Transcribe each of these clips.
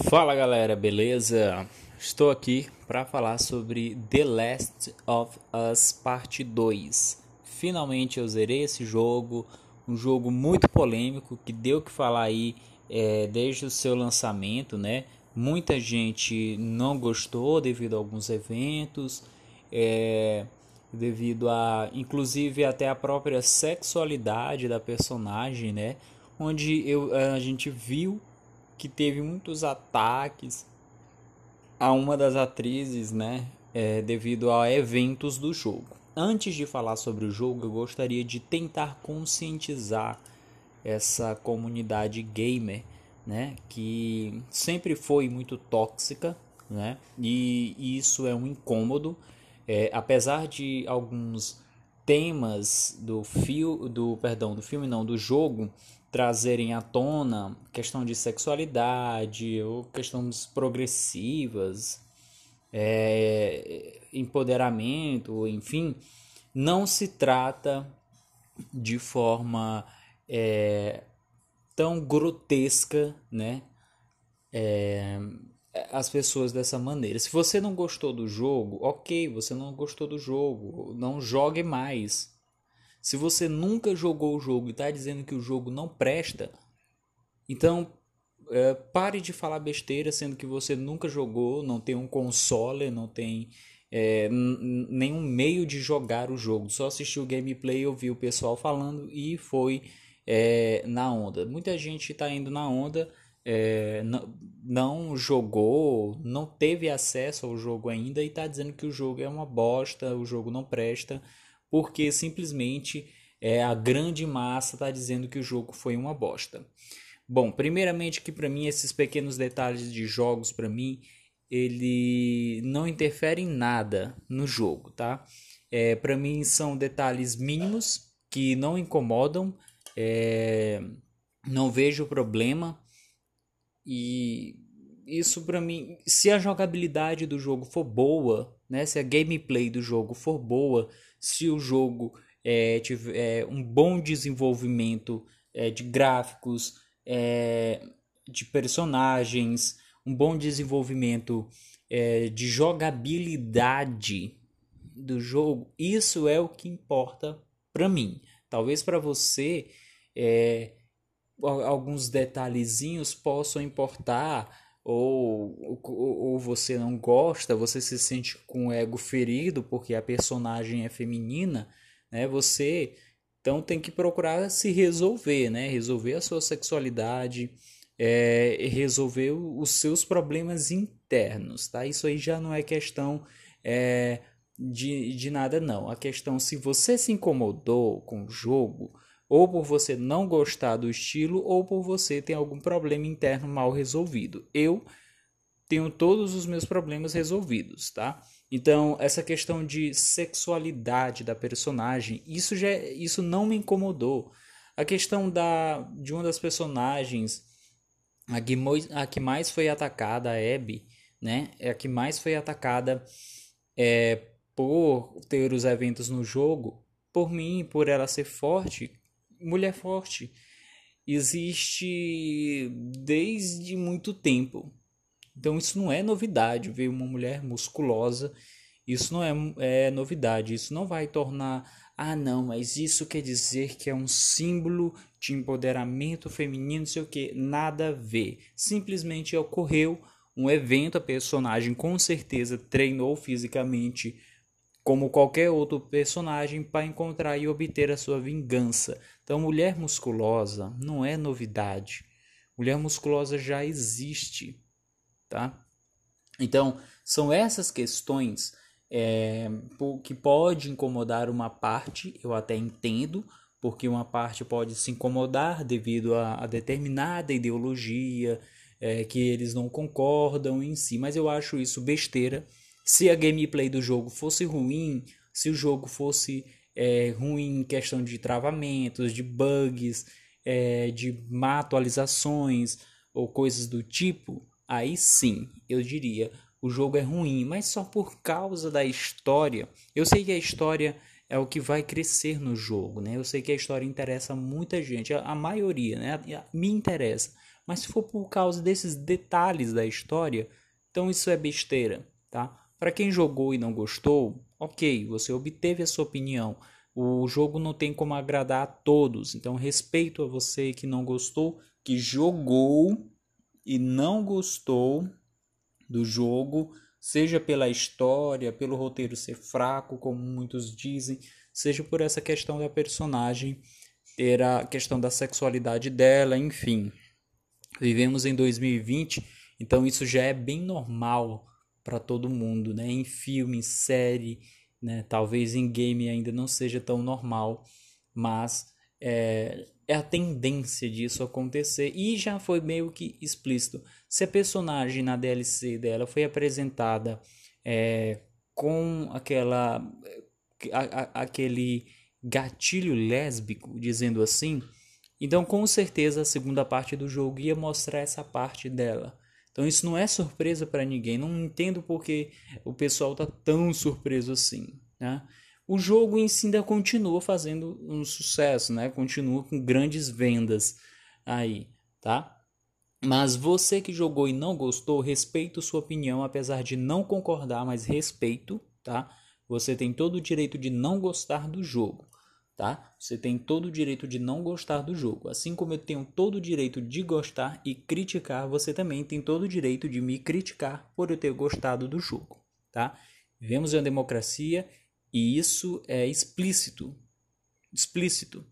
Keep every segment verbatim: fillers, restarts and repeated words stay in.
Fala galera, beleza? Estou aqui para falar sobre The Last of Us Parte dois. Finalmente eu zerei esse jogo, um jogo muito polêmico que deu o que falar aí é, desde o seu lançamento, né? Muita gente não gostou devido a alguns eventos, é, devido a, inclusive até a própria sexualidade da personagem, né? Onde eu, a gente viu que teve muitos ataques a uma das atrizes, né, é, devido a eventos do jogo. Antes de falar sobre o jogo, eu gostaria de tentar conscientizar essa comunidade gamer, né, que sempre foi muito tóxica, né, e isso é um incômodo, é, apesar de alguns temas do fio, do perdão, do filme não, do jogo trazerem à tona questão de sexualidade ou questões progressivas, é, empoderamento, enfim, não se trata de forma é, tão grotesca, né? É, as pessoas dessa maneira. Se você não gostou do jogo, ok, você não gostou do jogo, não jogue mais. Se você nunca jogou o jogo e está dizendo que o jogo não presta, então é, pare de falar besteira, sendo que você nunca jogou, não tem um console, não tem é, nenhum meio de jogar o jogo. Só assistiu o gameplay, ouviu o pessoal falando e foi é, na onda. Muita gente está indo na onda, é, não, não jogou, não teve acesso ao jogo ainda e está dizendo que o jogo é uma bosta, o jogo não presta, porque simplesmente é, a grande massa está dizendo que o jogo foi uma bosta. Bom, primeiramente que para mim esses pequenos detalhes de jogos para mim ele não interfere em nada no jogo, tá? É, para mim são detalhes mínimos que não incomodam, é, não vejo problema e isso para mim, se a jogabilidade do jogo for boa, né? Se a gameplay do jogo for boa, se o jogo é, tiver um bom desenvolvimento é, de gráficos, é, de personagens, um bom desenvolvimento é, de jogabilidade do jogo, isso é o que importa para mim. Talvez para você é, alguns detalhezinhos possam importar, ou, ou, ou você não gosta, você se sente com o ego ferido porque a personagem é feminina, né? Você então tem que procurar se resolver, né? Resolver a sua sexualidade, é, resolver os seus problemas internos, tá? Isso aí já não é questão é, de, de nada, não. A questão, se você se incomodou com o jogo, ou por você não gostar do estilo, ou por você ter algum problema interno mal resolvido. Eu tenho todos os meus problemas resolvidos, tá? Então, essa questão de sexualidade da personagem, isso já isso não me incomodou. A questão da de uma das personagens, a que, a que mais foi atacada, a Abby, né? É a que mais foi atacada é, por ter os eventos no jogo, por mim, por ela ser forte, mulher forte, existe desde muito tempo. Então isso não é novidade, ver uma mulher musculosa, isso não é, é novidade, isso não vai tornar, ah não, mas isso quer dizer que é um símbolo de empoderamento feminino, não sei o que, nada a ver. Simplesmente ocorreu um evento, a personagem com certeza treinou fisicamente como qualquer outro personagem para encontrar e obter a sua vingança. Então, mulher musculosa não é novidade. Mulher musculosa já existe, tá? Então, são essas questões é, que pode incomodar uma parte, eu até entendo, porque uma parte pode se incomodar devido a, a determinada ideologia, é, que eles não concordam em si, mas eu acho isso besteira. Se a gameplay do jogo fosse ruim, se o jogo fosse é, ruim em questão de travamentos, de bugs, é, de má atualizações ou coisas do tipo, aí sim, eu diria, o jogo é ruim, mas só por causa da história. Eu sei que a história é o que vai crescer no jogo, né? Eu sei que a história interessa muita gente, a, a maioria, né? Me interessa. Mas se for por causa desses detalhes da história, então isso é besteira, tá? Para quem jogou e não gostou, ok, você obteve a sua opinião. O jogo não tem como agradar a todos, então respeito a você que não gostou, que jogou e não gostou do jogo, seja pela história, pelo roteiro ser fraco, como muitos dizem, seja por essa questão da personagem, ter a questão da sexualidade dela, enfim. Vivemos em dois mil e vinte, então isso já é bem normal para todo mundo, né? Em filme, em série, né? Talvez em game ainda não seja tão normal, mas é, é a tendência disso acontecer e já foi meio que explícito. Se a personagem na D L C dela foi apresentada é, com aquela a, a, aquele gatilho lésbico, dizendo assim, então com certeza a segunda parte do jogo ia mostrar essa parte dela. Então isso não é surpresa para ninguém. Não entendo porque o pessoal tá tão surpreso assim, né? O jogo em si ainda continua fazendo um sucesso, né? Continua com grandes vendas aí, tá? Mas você que jogou e não gostou, respeito sua opinião, apesar de não concordar, mas respeito, tá? Você tem todo o direito de não gostar do jogo, tá? Você tem todo o direito de não gostar do jogo. Assim como eu tenho todo o direito de gostar e criticar, você também tem todo o direito de me criticar por eu ter gostado do jogo, tá? Vivemos em uma democracia e isso é explícito. Explícito.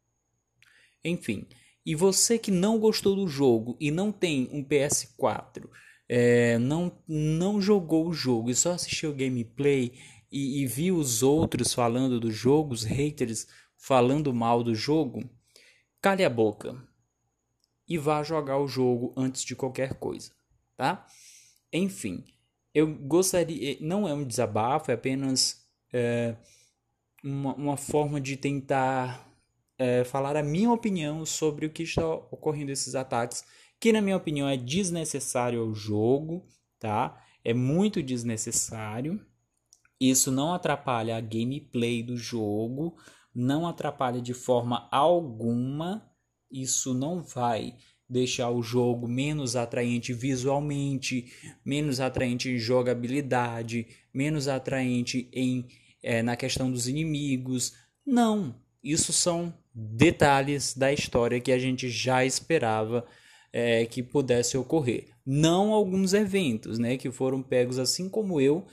Enfim. E você que não gostou do jogo e não tem um P S quatro, é, não, não jogou o jogo e só assistiu o gameplay e, e viu os outros falando do jogo, os haters falando mal do jogo, cale a boca e vá jogar o jogo antes de qualquer coisa, tá? Enfim, eu gostaria, não é um desabafo, é apenas é, uma, uma forma de tentar é, falar a minha opinião sobre o que está ocorrendo esses ataques, que na minha opinião é desnecessário ao jogo, tá? É muito desnecessário. Isso não atrapalha a gameplay do jogo, não atrapalha de forma alguma. Isso não vai deixar o jogo menos atraente visualmente, menos atraente em jogabilidade, menos atraente em, é, na questão dos inimigos. Não, isso são detalhes da história que a gente já esperava é, que pudesse ocorrer. Não alguns eventos, né, que foram pegos assim como eu.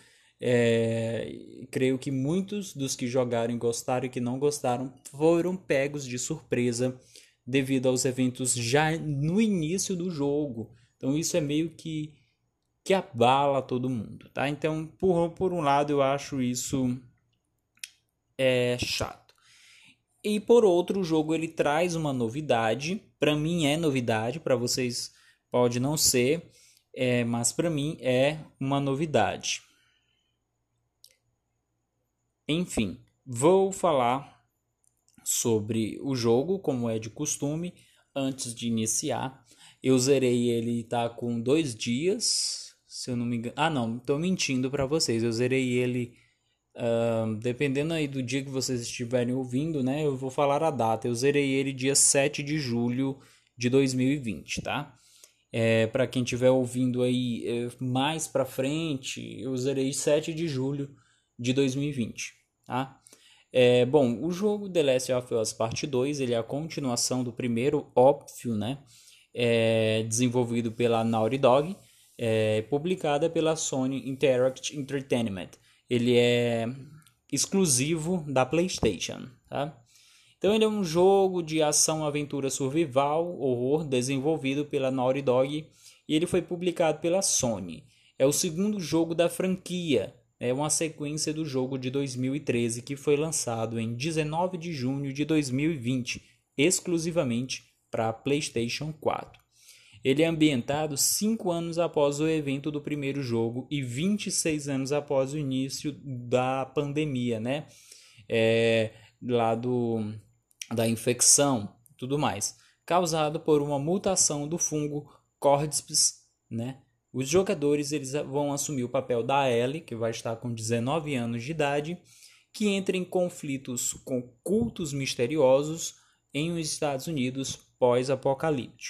É, creio que muitos dos que jogaram e gostaram e que não gostaram foram pegos de surpresa devido aos eventos já no início do jogo. Então isso é meio que, que abala todo mundo, tá? Então, por, por um lado, eu acho isso é, chato. E por outro, o jogo ele traz uma novidade. Para mim é novidade, para vocês pode não ser, é, mas para mim é uma novidade. Enfim, vou falar sobre o jogo, como é de costume, antes de iniciar. Eu zerei ele, tá com dois dias, se eu não me engano. Ah, não, tô mentindo para vocês. Eu zerei ele, uh, dependendo aí do dia que vocês estiverem ouvindo, né? Eu vou falar a data. Eu zerei ele dia sete de julho de dois mil e vinte, tá? É, para quem estiver ouvindo aí é, mais para frente, eu zerei sete de julho de dois mil e vinte, tá? É, bom, o jogo The Last of Us Parte dois, ele é a continuação do primeiro, óbvio, né? É, desenvolvido pela Naughty Dog, é, publicada pela Sony Interactive Entertainment. Ele é exclusivo da PlayStation, tá? Então ele é um jogo de ação, aventura, survival, horror, desenvolvido pela Naughty Dog e ele foi publicado pela Sony. É o segundo jogo da franquia, é uma sequência do jogo de dois mil e treze que foi lançado em dezenove de junho de dois mil e vinte, exclusivamente para PlayStation quatro. Ele é ambientado cinco anos após o evento do primeiro jogo e vinte e seis anos após o início da pandemia, né? É, lá do, da infecção, tudo mais, causado por uma mutação do fungo Cordyceps, né? Os jogadores eles vão assumir o papel da Ellie, que vai estar com dezenove anos de idade, que entra em conflitos com cultos misteriosos em os Estados Unidos pós-apocalíptico.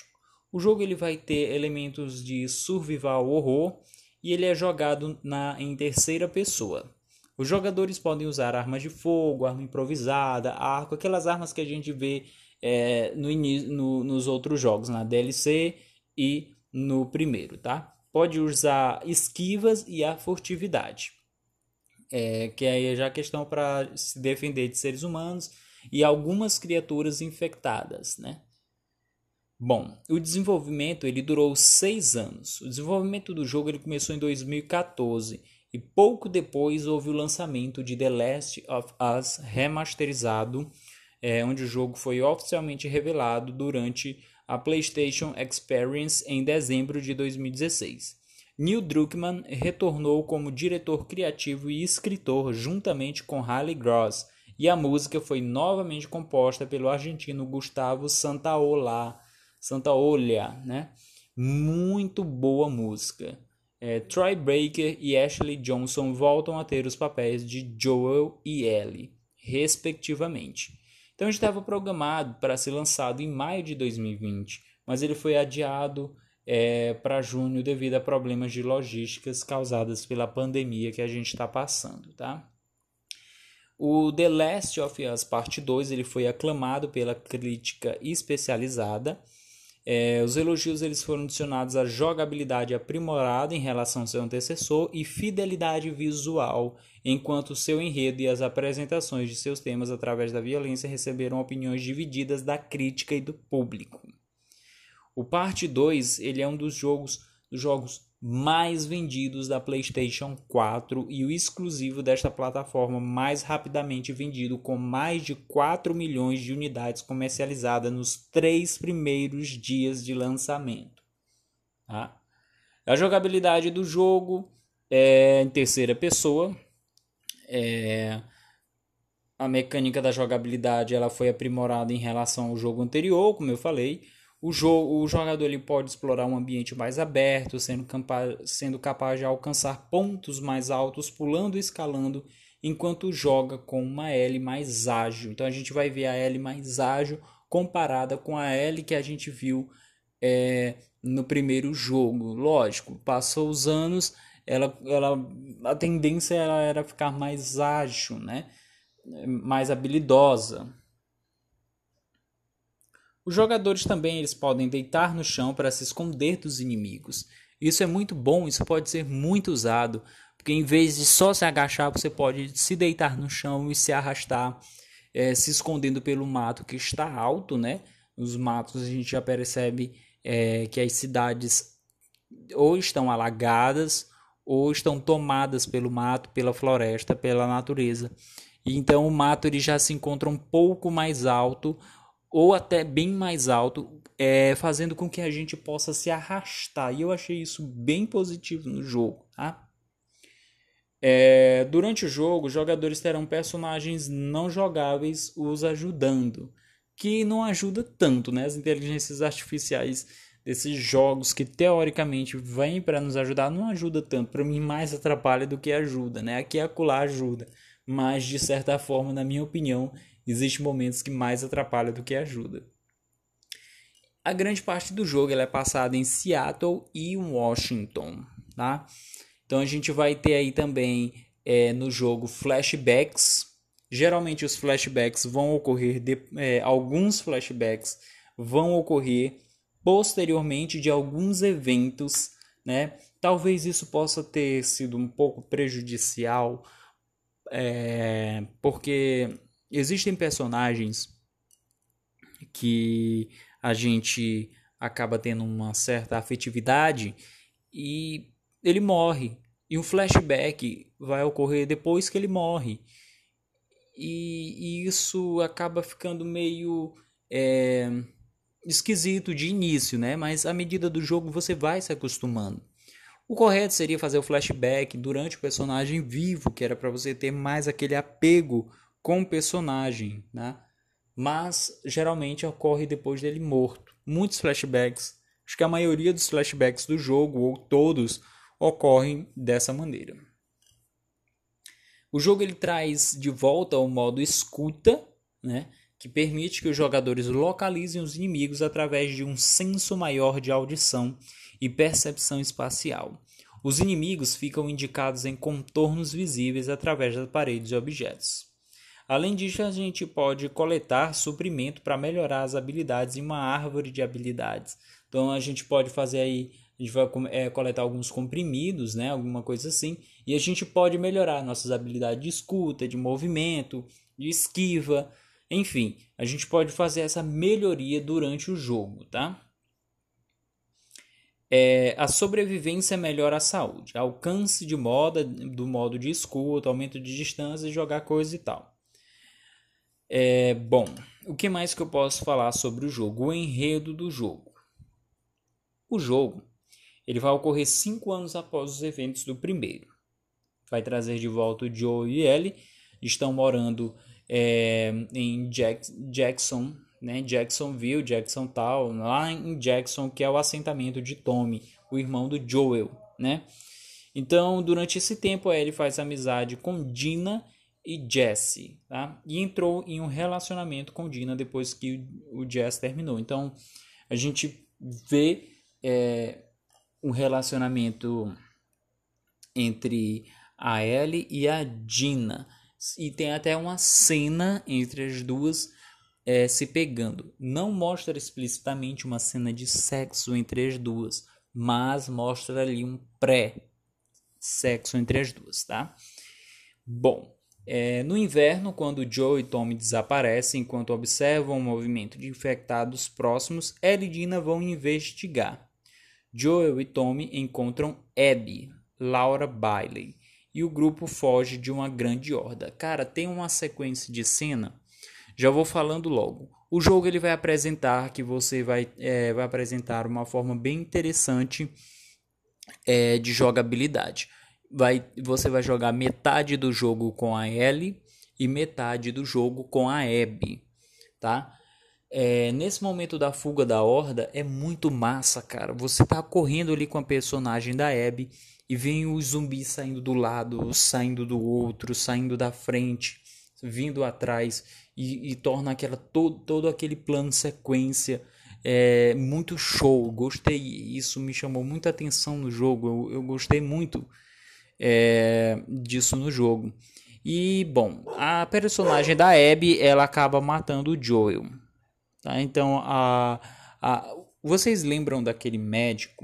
O jogo ele vai ter elementos de survival horror e ele é jogado na, em terceira pessoa. Os jogadores podem usar armas de fogo, arma improvisada, arco, aquelas armas que a gente vê é, no, no, nos outros jogos, na D L C e no primeiro, tá? Pode usar esquivas e a furtividade, é, que aí é já questão para se defender de seres humanos e algumas criaturas infectadas, né? Bom, o desenvolvimento ele durou seis anos. O desenvolvimento do jogo ele começou em dois mil e quatorze e pouco depois houve o lançamento de The Last of Us remasterizado, é, onde o jogo foi oficialmente revelado durante a PlayStation Experience em dezembro de dois mil e dezesseis. Neil Druckmann retornou como diretor criativo e escritor juntamente com Harley Gross, e a música foi novamente composta pelo argentino Gustavo Santaolalla. Santaolalla, né? Muito boa música. É, Troy Baker e Ashley Johnson voltam a ter os papéis de Joel e Ellie, respectivamente. Então estava programado para ser lançado em maio de dois mil e vinte, mas ele foi adiado é, para junho devido a problemas de logísticas causadas pela pandemia que a gente está passando, tá? O The Last of Us Parte dois ele foi aclamado pela crítica especializada. É, os elogios eles foram adicionados à jogabilidade aprimorada em relação ao seu antecessor e fidelidade visual, enquanto seu enredo e as apresentações de seus temas através da violência receberam opiniões divididas da crítica e do público. O Parte dois ele é um dos jogos, dos jogos mais vendidos da PlayStation quatro e o exclusivo desta plataforma mais rapidamente vendido, com mais de quatro milhões de unidades comercializadas nos três primeiros dias de lançamento. Tá? A jogabilidade do jogo é em terceira pessoa. É... A mecânica da jogabilidade ela foi aprimorada em relação ao jogo anterior, como eu falei. O, jogo, o jogador ele pode explorar um ambiente mais aberto, sendo, capaz, sendo capaz de alcançar pontos mais altos, pulando e escalando, enquanto joga com uma L mais ágil. Então a gente vai ver a L mais ágil comparada com a L que a gente viu é, no primeiro jogo. Lógico, passou os anos, ela, ela, a tendência ela era ficar mais ágil, né? Mais habilidosa. Os jogadores também eles podem deitar no chão para se esconder dos inimigos. Isso é muito bom, isso pode ser muito usado, porque em vez de só se agachar, você pode se deitar no chão e se arrastar, é, se escondendo pelo mato que está alto, né? Os matos a gente já percebe é, que as cidades ou estão alagadas ou estão tomadas pelo mato, pela floresta, pela natureza. E então o mato ele já se encontra um pouco mais alto ou até bem mais alto, é, fazendo com que a gente possa se arrastar. E eu achei isso bem positivo no jogo, tá? É, durante o jogo, os jogadores terão personagens não jogáveis os ajudando, que não ajuda tanto, né? As inteligências artificiais desses jogos que teoricamente vêm para nos ajudar não ajuda tanto. Para mim, mais atrapalha do que ajuda, né? Aqui e acolá ajuda, mas de certa forma, na minha opinião, existem momentos que mais atrapalha do que ajuda. A grande parte do jogo ela é passada em Seattle e Washington, tá? Então a gente vai ter aí também é, no jogo flashbacks. Geralmente os flashbacks vão ocorrer, de, é, alguns flashbacks vão ocorrer posteriormente de alguns eventos, né? Talvez isso possa ter sido um pouco prejudicial, é, porque existem personagens que a gente acaba tendo uma certa afetividade e ele morre. E um flashback vai ocorrer depois que ele morre. E, e isso acaba ficando meio é, esquisito de início, né? Mas à medida do jogo você vai se acostumando. O correto seria fazer o flashback durante o personagem vivo, que era para você ter mais aquele apego com o personagem, né? Mas geralmente ocorre depois dele morto. Muitos flashbacks, acho que a maioria dos flashbacks do jogo, ou todos, ocorrem dessa maneira. O jogo ele traz de volta o modo escuta, né? que permite que os jogadores localizem os inimigos através de um senso maior de audição e percepção espacial. Os inimigos ficam indicados em contornos visíveis através das paredes e objetos. Além disso, a gente pode coletar suprimento para melhorar as habilidades em uma árvore de habilidades. Então a gente pode fazer aí, a gente vai é, coletar alguns comprimidos, né, alguma coisa assim, e a gente pode melhorar nossas habilidades de escuta, de movimento, de esquiva, enfim, a gente pode fazer essa melhoria durante o jogo, tá? É, a sobrevivência melhora a saúde, alcance de moda, do modo de escuta, aumento de distância, jogar coisa e tal. É, bom, o que mais que eu posso falar sobre o jogo? O enredo do jogo. O jogo ele vai ocorrer cinco anos após os eventos do primeiro. Vai trazer de volta o Joe e Ellie, estão morando é, em Jack, Jackson, né? Jacksonville, Jackson Town, lá em Jackson, que é o assentamento de Tommy, o irmão do Joel, né? Então, durante esse tempo, a Ellie faz amizade com Dina e Jesse, tá? E entrou em um relacionamento com Dina depois que o Jesse terminou. Então, a gente vê é, um relacionamento entre a Ellie e a Dina. E tem até uma cena entre as duas é, se pegando. Não mostra explicitamente uma cena de sexo entre as duas, mas mostra ali um pré-sexo entre as duas, tá? Bom, é, no inverno, quando Joe e Tommy desaparecem enquanto observam o movimento de infectados próximos, Ellie e Dina vão investigar. Joel e Tommy encontram Abby, Laura Bailey, e o grupo foge de uma grande horda. Cara, tem uma sequência de cena, já vou falando logo. O jogo ele vai apresentar que você vai, é, vai apresentar uma forma bem interessante é, de jogabilidade. Vai, você vai jogar metade do jogo com a Ellie e metade do jogo com a Abby, tá? É, nesse momento da fuga da horda é muito massa, cara. Você tá correndo ali com a personagem da Abby e vem os zumbis saindo do lado, saindo do outro, saindo da frente, vindo atrás e, e torna aquela todo, todo aquele plano sequência é, muito show. Gostei, isso me chamou muita atenção no jogo. Eu, eu gostei muito é, disso no jogo. E bom, a personagem da Abby ela acaba matando o Joel. Tá? Então, a, a, vocês lembram daquele médico?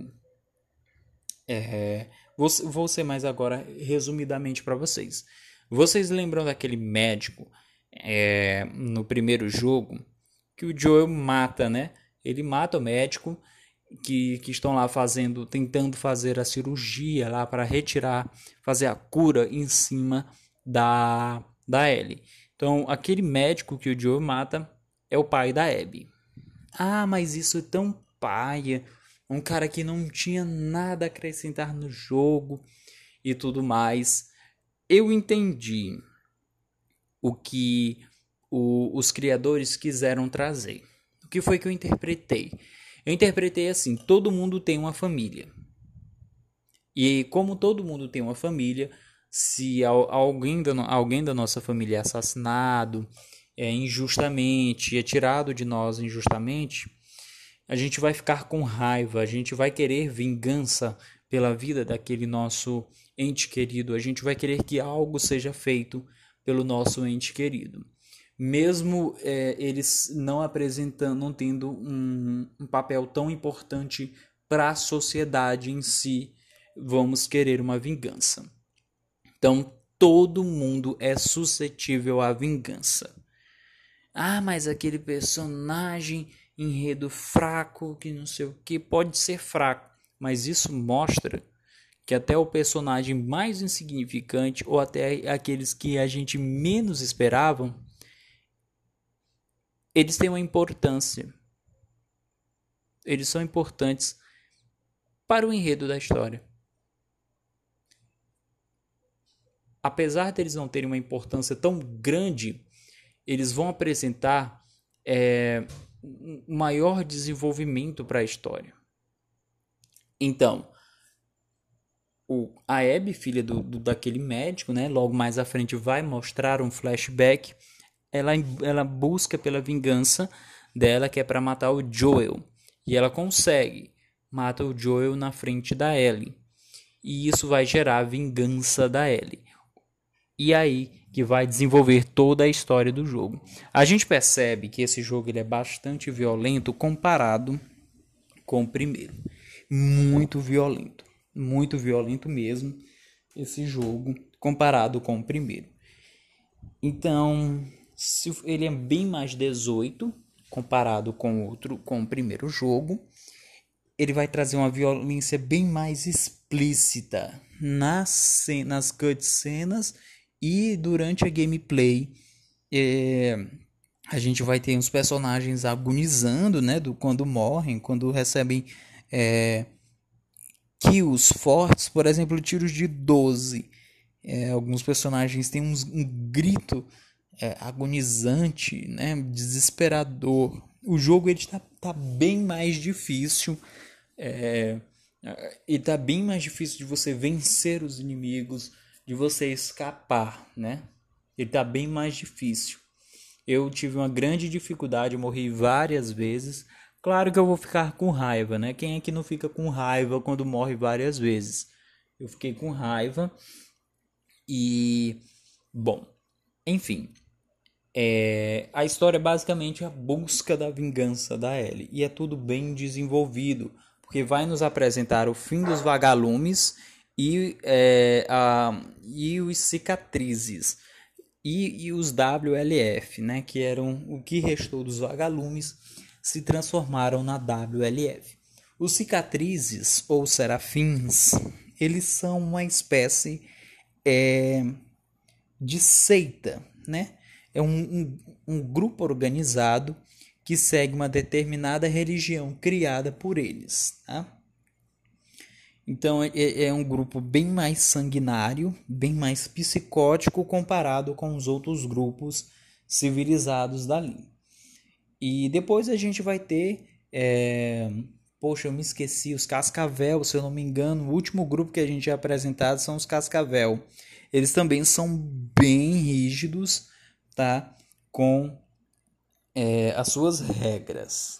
É, vou, vou ser mais agora resumidamente para vocês. Vocês lembram daquele médico é, no primeiro jogo que o Joel mata, né? Ele mata o médico que, que estão lá fazendo, tentando fazer a cirurgia lá para retirar, fazer a cura em cima da, da Ellie. Então, aquele médico que o Joel mata é o pai da Abby. Ah, mas isso é tão paia. Um cara que não tinha nada a acrescentar no jogo e tudo mais. Eu entendi o que o, os criadores quiseram trazer. O que foi que eu interpretei? Eu interpretei assim, todo mundo tem uma família. E como todo mundo tem uma família, se alguém da, alguém da nossa família é assassinado é, injustamente, é tirado de nós injustamente, a gente vai ficar com raiva, a gente vai querer vingança pela vida daquele nosso ente querido, a gente vai querer que algo seja feito pelo nosso ente querido. Mesmo é, eles não apresentando, não tendo um, um papel tão importante para a sociedade em si, vamos querer uma vingança. Então, todo mundo é suscetível à vingança. Ah, mas aquele personagem, enredo fraco, que não sei o que, pode ser fraco. Mas isso mostra que até o personagem mais insignificante, ou até aqueles que a gente menos esperava, eles têm uma importância. Eles são importantes para o enredo da história. Apesar deles não terem uma importância tão grande, eles vão apresentar é, um maior desenvolvimento para a história. Então, o, a Abby, filha do, do, daquele médico, né, logo mais à frente vai mostrar um flashback. ela, ela busca pela vingança dela, que é para matar o Joel. E ela consegue. Mata o Joel na frente da Ellie. E isso vai gerar a vingança da Ellie. E aí que vai desenvolver toda a história do jogo. A gente percebe que esse jogo ele é bastante violento comparado com o primeiro. Muito violento. Muito violento mesmo esse jogo comparado com o primeiro. Então, se ele é bem mais dezoito comparado com o outro, com o primeiro jogo. Ele vai trazer uma violência bem mais explícita nas, nas cutscenes e durante a gameplay. É, a gente vai ter uns personagens agonizando, né, do, quando morrem, quando recebem é, kills fortes, por exemplo, tiros de doze. É, alguns personagens têm uns, um grito é, agonizante, né, desesperador. O jogo ele tá, tá bem mais difícil. É, e tá bem mais difícil de você vencer os inimigos, de você escapar, né? Ele tá bem mais difícil. Eu tive uma grande dificuldade, morri várias vezes. Claro que eu vou ficar com raiva, né? Quem é que não fica com raiva quando morre várias vezes? Eu fiquei com raiva e... Bom, enfim... É, a história é basicamente a busca da vingança da Ellie. E é tudo bem desenvolvido, porque vai nos apresentar o fim dos vagalumes e, é, a, e os cicatrizes. E, e os W L F, né, que eram o que restou dos vagalumes, se transformaram na W L F. Os cicatrizes, ou serafins, eles são uma espécie é, de seita, né? É um, um, um grupo organizado que segue uma determinada religião criada por eles. Tá? Então é, é um grupo bem mais sanguinário, bem mais psicótico comparado com os outros grupos civilizados dali. E depois a gente vai ter... É... Poxa, eu me esqueci, os Cascavel, se eu não me engano, o último grupo que a gente é apresentado são os Cascavel. Eles também são bem rígidos, tá? Com é, as suas regras.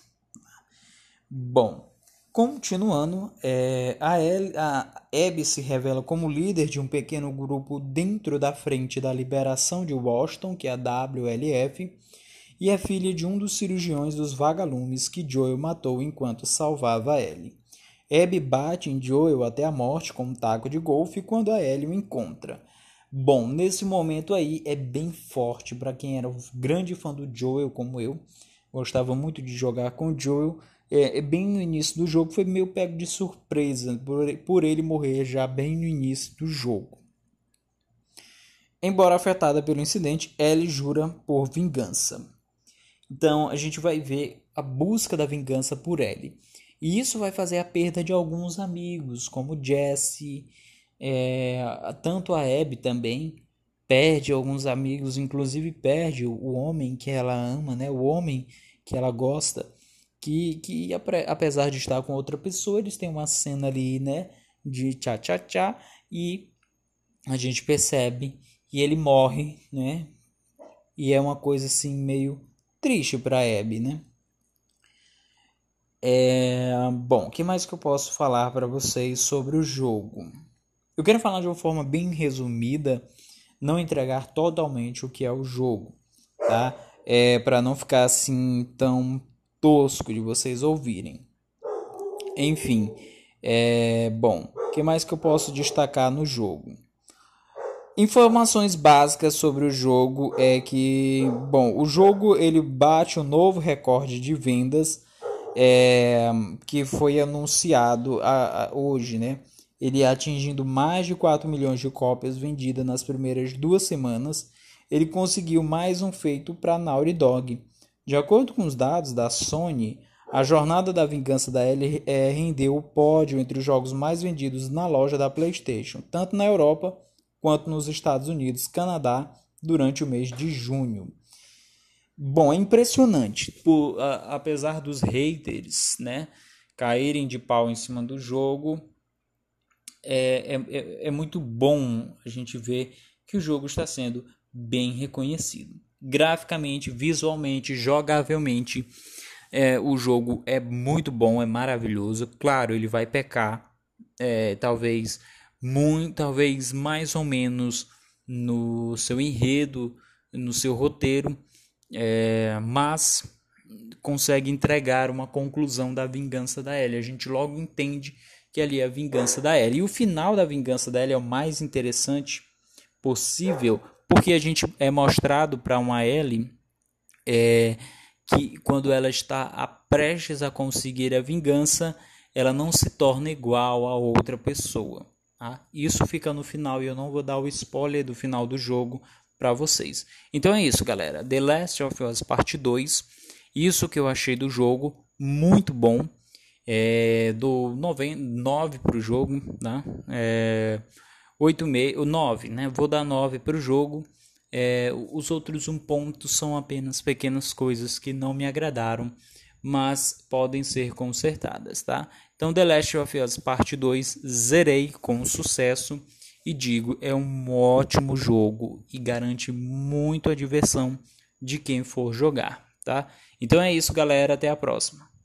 Bom, continuando, é, a, El, a Abby se revela como líder de um pequeno grupo dentro da Frente da Liberação de Washington, que é a W L F, e é filha de um dos cirurgiões dos vagalumes que Joel matou enquanto salvava a Ellie. Abby bate em Joel até a morte com um taco de golfe quando a Ellie o encontra. Bom, nesse momento aí é bem forte para quem era um grande fã do Joel como eu. Gostava muito de jogar com o Joel. É, é bem no início do jogo foi meio pego de surpresa por, por ele morrer já bem no início do jogo. Embora afetada pelo incidente, Ellie jura por vingança. Então a gente vai ver a busca da vingança por Ellie. E isso vai fazer a perda de alguns amigos, como Jesse, é, tanto a Abby também perde alguns amigos, inclusive perde o homem que ela ama, né? O homem que ela gosta, que, que apesar de estar com outra pessoa, eles têm uma cena ali, né? De tchá tchá tchá, e a gente percebe e ele morre, né? E é uma coisa assim meio triste para Abby, né? É, bom, o que mais que eu posso falar para vocês sobre o jogo? Eu quero falar de uma forma bem resumida, não entregar totalmente o que é o jogo, tá? É para não ficar assim tão tosco de vocês ouvirem. Enfim, é bom. O que mais que eu posso destacar no jogo? Informações básicas sobre o jogo é que, bom, o jogo ele bate um novo recorde de vendas é, que foi anunciado a, a, hoje, né? Ele atingindo mais de quatro milhões de cópias vendidas nas primeiras duas semanas, ele conseguiu mais um feito para a Naughty Dog. De acordo com os dados da Sony, a Jornada da Vingança da Ellie é, rendeu o pódio entre os jogos mais vendidos na loja da PlayStation, tanto na Europa quanto nos Estados Unidos, Canadá, durante o mês de junho. Bom, é impressionante, por, a, apesar dos haters, né, caírem de pau em cima do jogo, é, é, é muito bom a gente ver que o jogo está sendo bem reconhecido. graficamente, visualmente, jogavelmente, é, o jogo é muito bom, é maravilhoso. Claro, ele vai pecar, é, talvez, muito, talvez mais ou menos no seu enredo, no seu roteiro, é, mas consegue entregar uma conclusão da vingança da Ellie. A gente logo entende que ali é a vingança da Ellie. E o final da vingança da Ellie é o mais interessante possível, porque a gente é mostrado para uma Ellie é, que quando ela está a prestes a conseguir a vingança, ela não se torna igual a outra pessoa. Tá? Isso fica no final e eu não vou dar o spoiler do final do jogo para vocês. Então é isso, galera. The Last of Us Parte dois. Isso que eu achei do jogo, muito bom. É, do nove para o jogo, tá? É, oito vírgula cinco, nove, né? Vou dar nove para o jogo. É, os outros um ponto são apenas pequenas coisas que não me agradaram, mas podem ser consertadas, tá? Então, The Last of Us Parte dois, zerei com sucesso e digo, é um ótimo jogo e garante muito a diversão de quem for jogar, tá? Então é isso, galera, até a próxima.